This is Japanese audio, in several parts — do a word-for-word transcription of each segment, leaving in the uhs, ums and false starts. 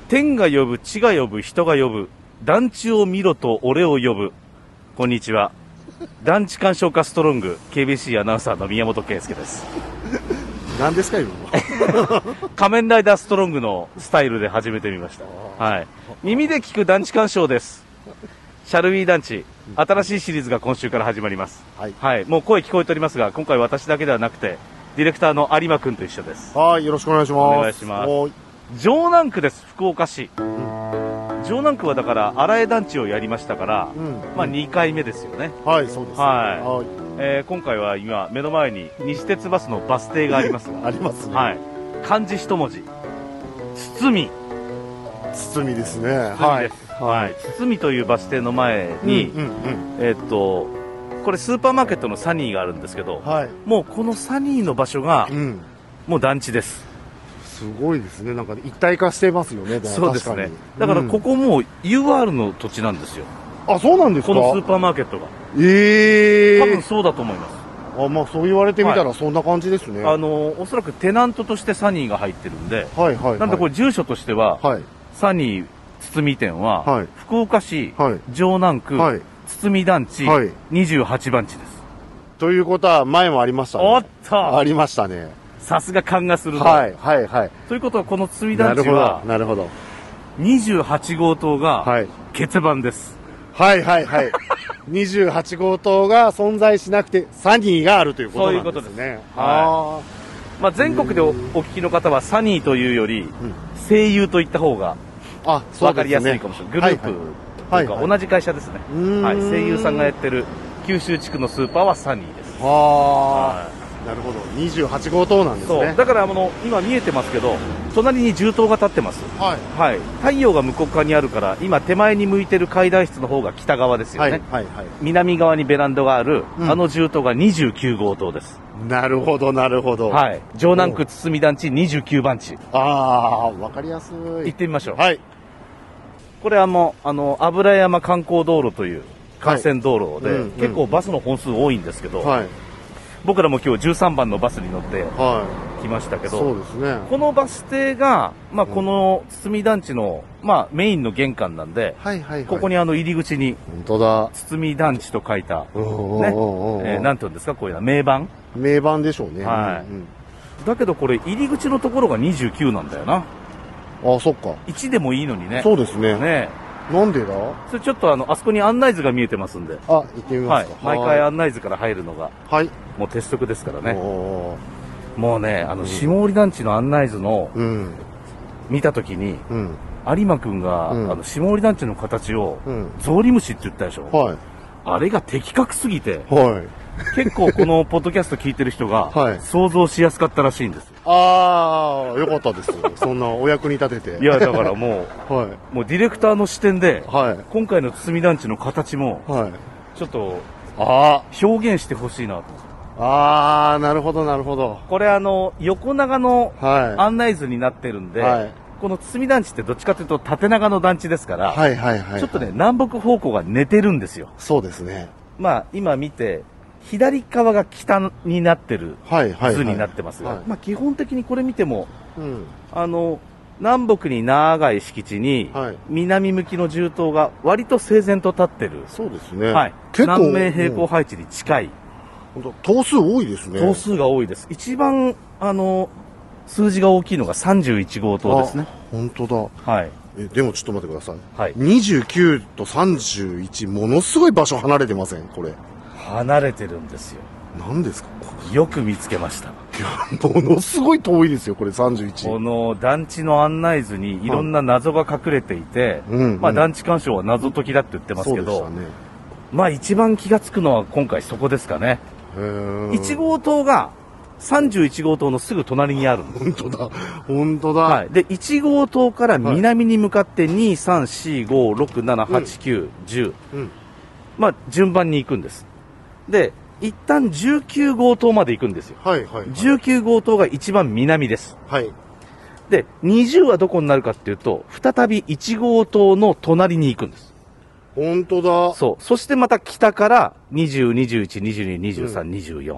天が呼ぶ、地が呼ぶ、人が呼ぶ。団地を見ろと俺を呼ぶ。こんにちは。団地鑑賞家ストロング ケービーシー アナウンサーの宮本圭介です。 何ですか今の仮面ライダーストロングのスタイルで始めてみました。はい。耳で聞く団地鑑賞です。シャルウィー団地、新しいシリーズが今週から始まります。はい。はい。もう声聞こえておりますが、今回私だけではなくて、ディレクターの有馬くんと一緒です。 はい、よろしくお願いします。 お願いします。城南区です、福岡市。うん、城南区はだから、荒江団地をやりましたから、うん、まあにかいめですよね。 はい、そうです、ね。はい。はい、 えー、今回は今、目の前に西鉄バスのバス停がありますが。 ありますね。 はい。漢字一文字。堤。 堤ですね。 はい。はい。堤というバス停の前に、うんうんうん、えー、っと、これスーパーマーケットのサニーがあるんですけど、はい、もうこのサニーの場所が、うん、もう団地です。 すごいですね。なんか一体化してますよね。 そうですね。だからここも ユーアール の土地なんですよ。 あ、そうなんですか。 このスーパーマーケットが。 ええー。 多分そうだと思います。 あ、まあそう言われてみたらそんな感じですね。 はい、あの、おそらくテナントとしてサニーが入ってるんで、 はいはい、はい。 なんでこれ住所としては、はい、サニー堤店は、はい、福岡市、はい、城南区、はい、堤団地、はい、にじゅうはちばん地です。 ということは前もありましたね。 おっとありましたね。 さすが勘がすると。 はいはいはい。 ということはこの堤団地は、 なるほど。 にじゅうはちごうとうが、欠番です。 はいはいはい。にじゅうはちごうとうが存在しなくて、サニーがあるということなんですね。そういうことですね。 はい。まあ全国で お, お聞きの方は、サニーというより、うん、声優と言った方が、あ、わかりやすいかもしれない。グループというか、同じ会社ですね。はい。声優さんがやってる九州地区のスーパーはサニーです。 はあ。なるほど。にじゅうはちごうとうなんですね。 そう。だからあの、今見えてますけど、隣に銃刀が立ってます。はい。はい。太陽が向こう側にあるから、今手前に向いてる階段室の方が北側ですよね。はい。はい。はい、南側にベランダがある、うん、あの銃刀がにじゅうきゅうごうとうです。 なるほど、なるほど。 はい。城南区堤団地にじゅうきゅうばんち。 ああ、わかりやすい。 行ってみましょう。 はい。 これはもう、あの、油山観光道路という幹線道路で、はい、うんうん、結構バスの本数多いんですけど、はい、僕らも今日じゅうさんばんのバスに乗って来ましたけど、はい、 そうですね、 このバス停が、まあ、この堤団地の、まあ、メインの玄関なんで、はいはいはい、ここにあの入り口に、 本当だ、 堤団地と書いた、ね、えー、なんていうんですか、こういうのは名板名板でしょうね。 はい。うんうん、だけどこれ入り口のところがにじゅうきゅうなんだよな。 ああ、そっか。 いちでもいいのにね。 そうですね。 ね。 なんでだ？ それちょっとあの、あそこに案内図が見えてますんで。 あ、行ってみますか。 はい。毎回案内図から入るのが。 はい。 もう鉄則ですからね。おもうね、あの、下織団地の案内図の、うん、見たときに、うん、有馬くんが、うん、あの、下織団地の形を、うん、ゾウリムシって言ったでしょ。はい。あれが的確すぎて、はい。結構このポッドキャスト聞いてる人が、はい、想像しやすかったらしいんです。 ああ、よかったです。そんなお役に立てて。 いや、だからもう、はい、もうディレクターの視点で、はい、今回の堤団地の形も、はい、ちょっと、あ表現してほしいなと。 ああ、なるほど、なるほど。 これあの、横長の案内図になってるんで、はい、この堤団地ってどっちかというと縦長の団地ですから、はいはいはいはい、ちょっとね、南北方向が寝てるんですよ。 そうですね。 まあ、今見て、左側が北になってる図になってますが、まあ基本的にこれ見ても、うん、あの、南北に長い敷地に、はい、南向きの銃刀が割と整然と立ってる。 そうですね。 はい。結構南面平行配置に近い。 本当、頭数多いですね。 頭数が多いです。一番、あの、数字が大きいのがさんじゅういちごうとうですね。 本当だ。はい。え、でもちょっと待ってください。はい。にじゅうきゅうとさんじゅういち、ものすごい場所離れてませんこれ。 離れてるんですよ。 何ですか？ よく見つけました。いや、ものすごい遠いですよ、これさんじゅういち。 この団地の案内図にいろんな謎が隠れていて、うん、まあ団地鑑賞は謎解きだって言ってますけど、ね、まあ一番気がつくのは今回そこですかね。いちごうとうがさんじゅういちごうとうのすぐ隣にあるんです。 本当だ。本当だ。はい。 で、いちごうとうから南に向かってに、さん、よん、ご、ろく、なな、はち、きゅう、じゅう。うん。まあ順番に行くんです。で、一旦じゅうきゅうごうとうまで行くんですよ。はいはい、はい。じゅうきゅうごうとうが一番南です。はい。で、にじゅうはどこになるかっていうと、再びいちごうとうの隣に行くんです。 本当だ。 そう。そしてまた北からにじゅう、にじゅういち、にじゅうに、にじゅうさん、うん、にじゅうよん。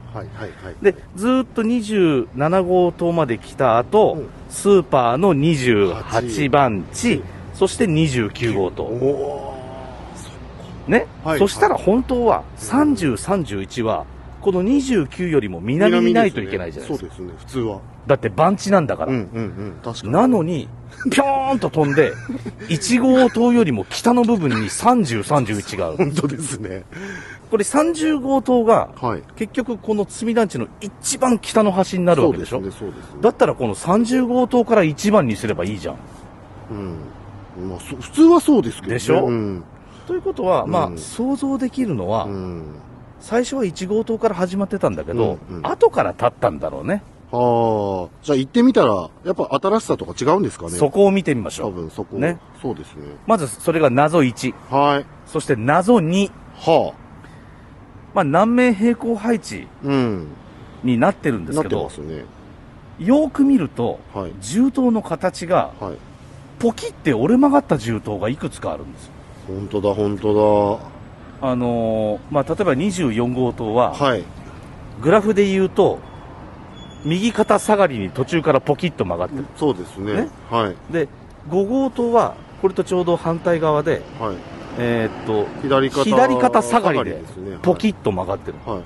はいはいはい。 で、ずーっとにじゅうなな号棟まで来た後、うん、スーパーのにじゅうはち番地、そしてにじゅうきゅう号棟。おー、ね、はい、そしたら本当はさんじゅう、さんじゅういちは、このにじゅうきゅうよりも南にないといけないじゃないですか。 そうですね、普通は。 だって番地なんだから。 うんうんうん、確かに。 なのに、ぴょーんと飛んで、いち号棟よりも北の部分にさんじゅう、さんじゅういちがある。 本当ですね。 これさんじゅう号棟が、はい、結局この積団地の一番北の端になるわけでしょ。そうですね、そうですね。だったらこのさんじゅう号棟からいちばんにすればいいじゃん。 うん。まあ、普通はそうですけどね。 でしょ、うん、ということは、まあ、うん、想像できるのは、うん、最初はいち号棟から始まってたんだけど、うんうん、後から建ったんだろうね。 はあ。じゃあ行ってみたら、やっぱ新しさとか違うんですかね。 そこを見てみましょう。 多分そこ。ね。そうですね。 まずそれが謎いち。はい。そして謎に。はあ。まあ南面平行配置になってるんですけど、 なってますね。 よーく見ると、はい、銃刀の形が、はい、ポキって折れ曲がった銃刀がいくつかあるんですよ。 本当だ、本当だ。あのー、まあ例えばにじゅうよん号棟は、はい、グラフで言うと、右肩下がりに途中からポキッと曲がってる。 そうですね。ね、はい。 で、ご号棟は、これとちょうど反対側で、はい、えー、っと左肩、 左肩下がりで、ポキッと曲がってる。はい、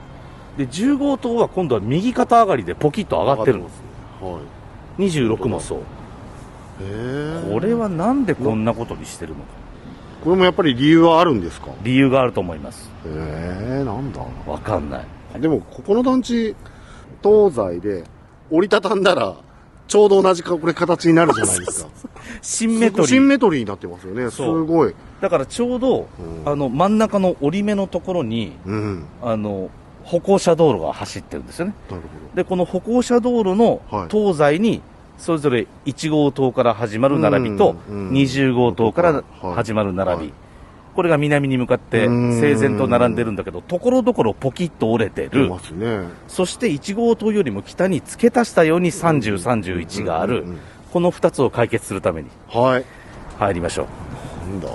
で、じゅう号棟は今度は右肩上がりでポキッと上がってるんです。はい、にじゅうろくもそう。へこれはなんでこんなことにしてるのか。 これもやっぱり理由はあるんですか？ 理由があると思います。 へえ、なんだ。 わかんない。 でも、ここの団地、東西で折りたたんだらちょうど同じかこれ形になるじゃないですか。 シンメトリー。 シンメトリーになってますよね。すごい。 だからちょうど、うん、あの真ん中の折り目のところに、うん、あの歩行者道路が走ってるんですよね。なるほど。でこの歩行者道路の東西にそれぞれいち号棟から始まる並びと、うんうん、にじゅう号棟から始まる並び。はいはい、これが南に向かって整然と並んでるんだけど、ところどころポキッと折れてる。ますね、そしていち号棟よりも北に付け足したようにさんじゅう、さんじゅういちがある。このふたつを解決するために。はい。入りましょう。なんだ。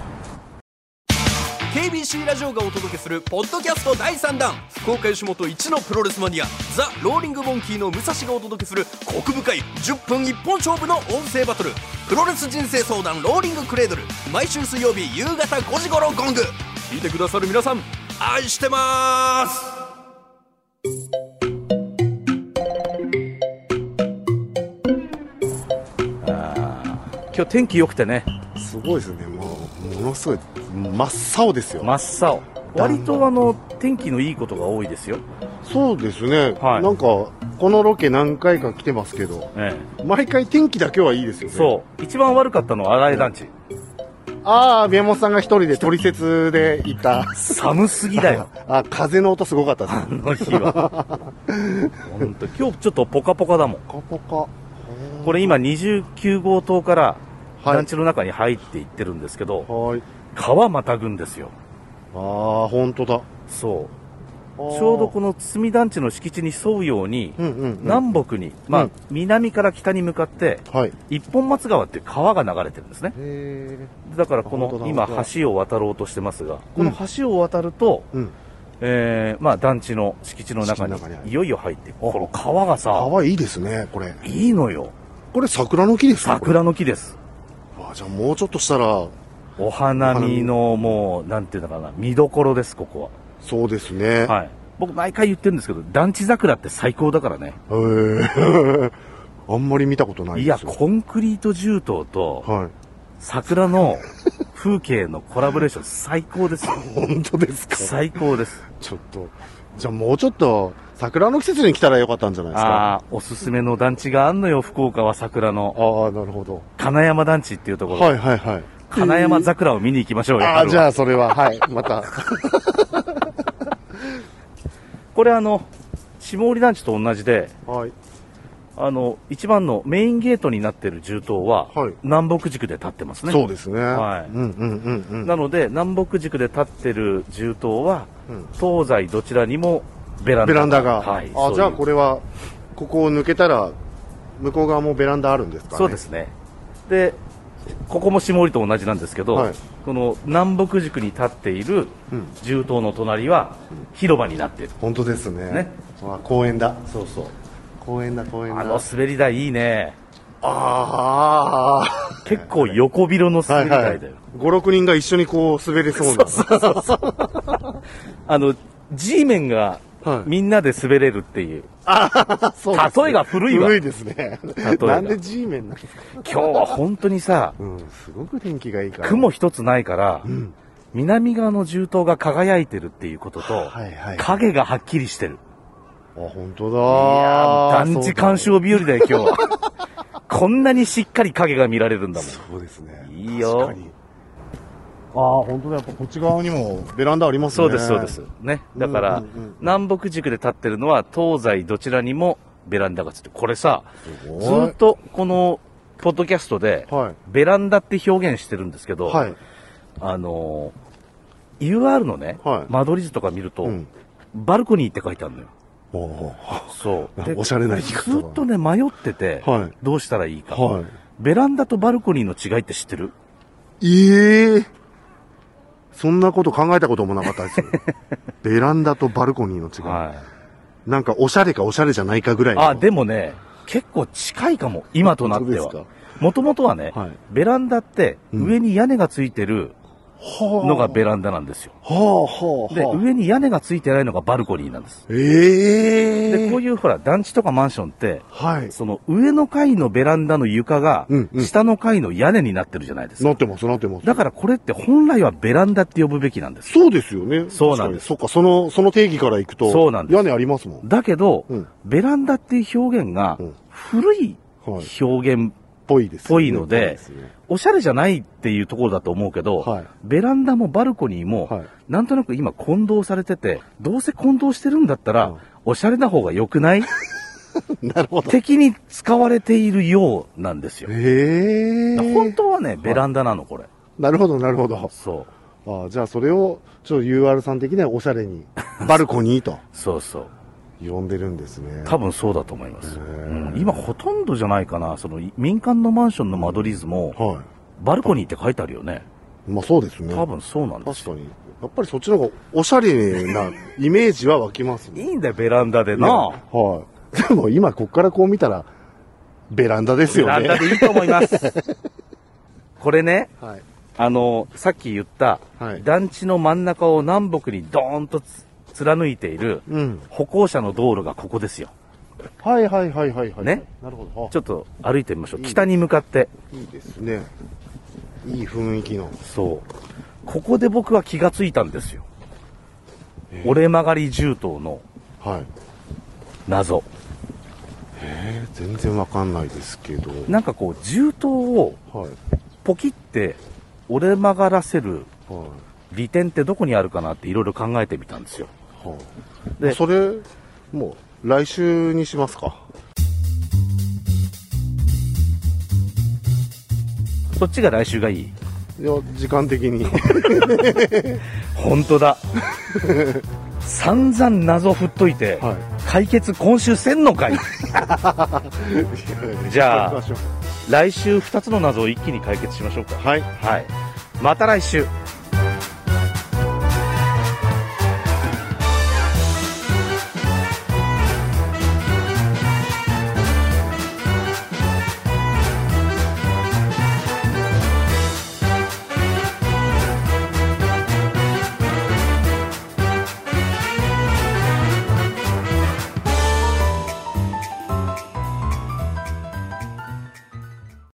ケービーシー ラジオがお届けするポッドキャストだいさんだん、福岡吉本一のプロレスマニアザ・ローリングモンキーの武蔵がお届けするコク深いじゅっぷん一本勝負の音声バトル、プロレス人生相談ローリングクレードル、毎週水曜日夕方ごじ頃ゴング。聞いてくださる皆さん愛してまーす。 今日天気良くてね、 すごいですね。もうものすごい真っ青ですよ。 真っ青。割とあの天気のいいことが多いですよ。 そうですね、はい、なんかこのロケ何回か来てますけど、ええ、毎回天気だけはいいですよね。 そう、一番悪かったのは新井団地。 ああ、宮本さんが一人でトリセツで行った寒すぎだよ。 あ、風の音すごかったです。 あの日は本当今日ちょっとポカポカだもん。 ポカポカ。 これ今にじゅうきゅう号棟から団地の中に入っていってるんですけど、はい、川またぐんですよ。 ああ、本当だ。 そう。ちょうどこの堤団地の敷地に沿うように、うんうんうん、南北に、まあ、うん、南から北に向かって、はい、一本松川っていう川が流れてるんですね。へだからこの今橋を渡ろうとしてますが、この橋を渡ると、うん、えー、まあ団地の敷地の中にいよいよ入っていく。この川がさ、 川いいですね、これ。 いいのよ。 これ桜の木ですか？ 桜の木です。 あ、じゃあもうちょっとしたら、 お花見のもう、なんていうのかな、見どころです、ここは。 そうですね。はい。 僕毎回言ってるんですけど、団地桜って最高だからね。へーあんまり見たことないですよ。 いや、コンクリート銃刀と、はい、桜の風景のコラボレーション最高ですよ。 本当ですか？ 最高です。 ちょっと、じゃあもうちょっと、桜の季節に来たらよかったんじゃないですか？ ああ、おすすめの団地があんのよ、福岡は桜の。 ああ、なるほど。 金山団地っていうところ。 はいはいはい。 金山桜を見に行きましょうよ。 ああ、じゃあそれは、はい、また。 これあの、下織団地と同じで、はい、あの、一番のメインゲートになっている銃刀は、はい、南北軸で立ってますね。 そうですね。 はい。うんうんうんうん。なので、南北軸で立ってる銃刀は、うん、東西どちらにもベランダが。 ベランダが。はい。あ、じゃあこれは、ここを抜けたら、向こう側もベランダあるんですかね。 そうですね。で、 ここも下降りと同じなんですけど、はい、この南北軸に立っている銃刀の隣は広場になっている、 うん、本当ですね。ね、あ、公園だ。 そうそう、 公園だ公園だ。 あの滑り台いいね。 ああ、 結構横広の滑り台だよ。はいはい、 ご、ろくにんが一緒にこう滑れそうな。 そうそうそうあの G メンがみんなで滑れるっていう。 ああ、そうですね。 例えが古いわ。 古いですね。なんで G メンなんですか。 今日は本当にさ、 うん、すごく天気がいいから。 雲一つないから、うん、南側の銃刀が輝いてるっていうことと、はいはい、影がはっきりしてる。 あ、本当だ。 いやー、団地鑑賞日和だよ今日は。こんなにしっかり影が見られるんだもん。 そうですね。 いいよ。確かに。 ああ、本当だ。やっぱこっち側にもベランダありますね。 そうです、そうです。ね。だから、うんうんうん、南北軸で立ってるのは東西どちらにもベランダがついて、これさ、ずっとこのポッドキャストで、はい、ベランダって表現してるんですけど、はい、あの、ユーアール のね、はい、間取り図とか見ると、うん、バルコニーって書いてあるのよ。そう。 おしゃれな言い方。 ずっとね、迷ってて、はい、どうしたらいいか、はい。ベランダとバルコニーの違いって知ってる？ ええー。そんなこと考えたこともなかったですよ。ベランダとバルコニーの違い。はい、なんかおしゃれかおしゃれじゃないかぐらいの。 あ、でもね、結構近いかも、今となっては。もともとはね、はい、ベランダって上に屋根がついてるのがベランダなんですよ。はあはあ、で、上に屋根がついてないのがバルコニーなんです。ええー。で、こういうほら、団地とかマンションって、はい、その上の階のベランダの床が、うんうん、下の階の屋根になってるじゃないですか。 なってます、なってます。 だからこれって本来はベランダって呼ぶべきなんです。 そうですよね。 そうなんです。 そっか、その、その定義からいくと、そうなんです。屋根ありますもん。 だけど、うん、ベランダっていう表現が、古い表現、 ぽいです、ね。 ぽいので、ね、おしゃれじゃないっていうところだと思うけど、はい、ベランダもバルコニーも、はい、なんとなく今混同されてて、どうせ混同してるんだったら、うん、おしゃれな方が良くないなるほど。 敵に使われているようなんですよ。 へー。 本当はね、ベランダなの、これ。 なるほど、なるほど。 そう。 ああ、じゃあそれを、ちょっと ユーアール さん的にはおしゃれに、バルコニーと。 そうそう。 呼んでるんですね。 多分そうだと思います。うん、今ほとんどじゃないかな、その民間のマンションの間取り図も、はい、バルコニーって書いてあるよね。 まあそうですね。 多分そうなんですよ。 確かに。やっぱりそっちの方がおしゃれなイメージは湧きますね。 いいんだよ、ベランダでな。はい。 でも今こっからこう見たら、ベランダですよね。 ベランダでいいと思います。これね、はい、あの、さっき言った、はい、団地の真ん中を南北にドーンとつ貫いている歩行者の道路がここですよ。 はいはいはいはいはい。 ね。 なるほど。 ちょっと歩いてみましょう。北に向かって。 いいですね。いい雰囲気の。 そう。ここで僕は気がついたんですよ。折れ曲がり銃刀の謎。 へえ、全然わかんないですけど。 なんかこう銃刀をポキって折れ曲がらせる。はい利点ってどこにあるかなっていろいろ考えてみたんですよ。はあ、で、それ、もう来週にしますか。 そっちが来週がいい？ いや、時間的に。 本当だ。散々謎振っといて、はい、解決今週せんのかい。じゃあ、来週ふたつの謎を一気に解決しましょうか。 はい。 はい。また来週。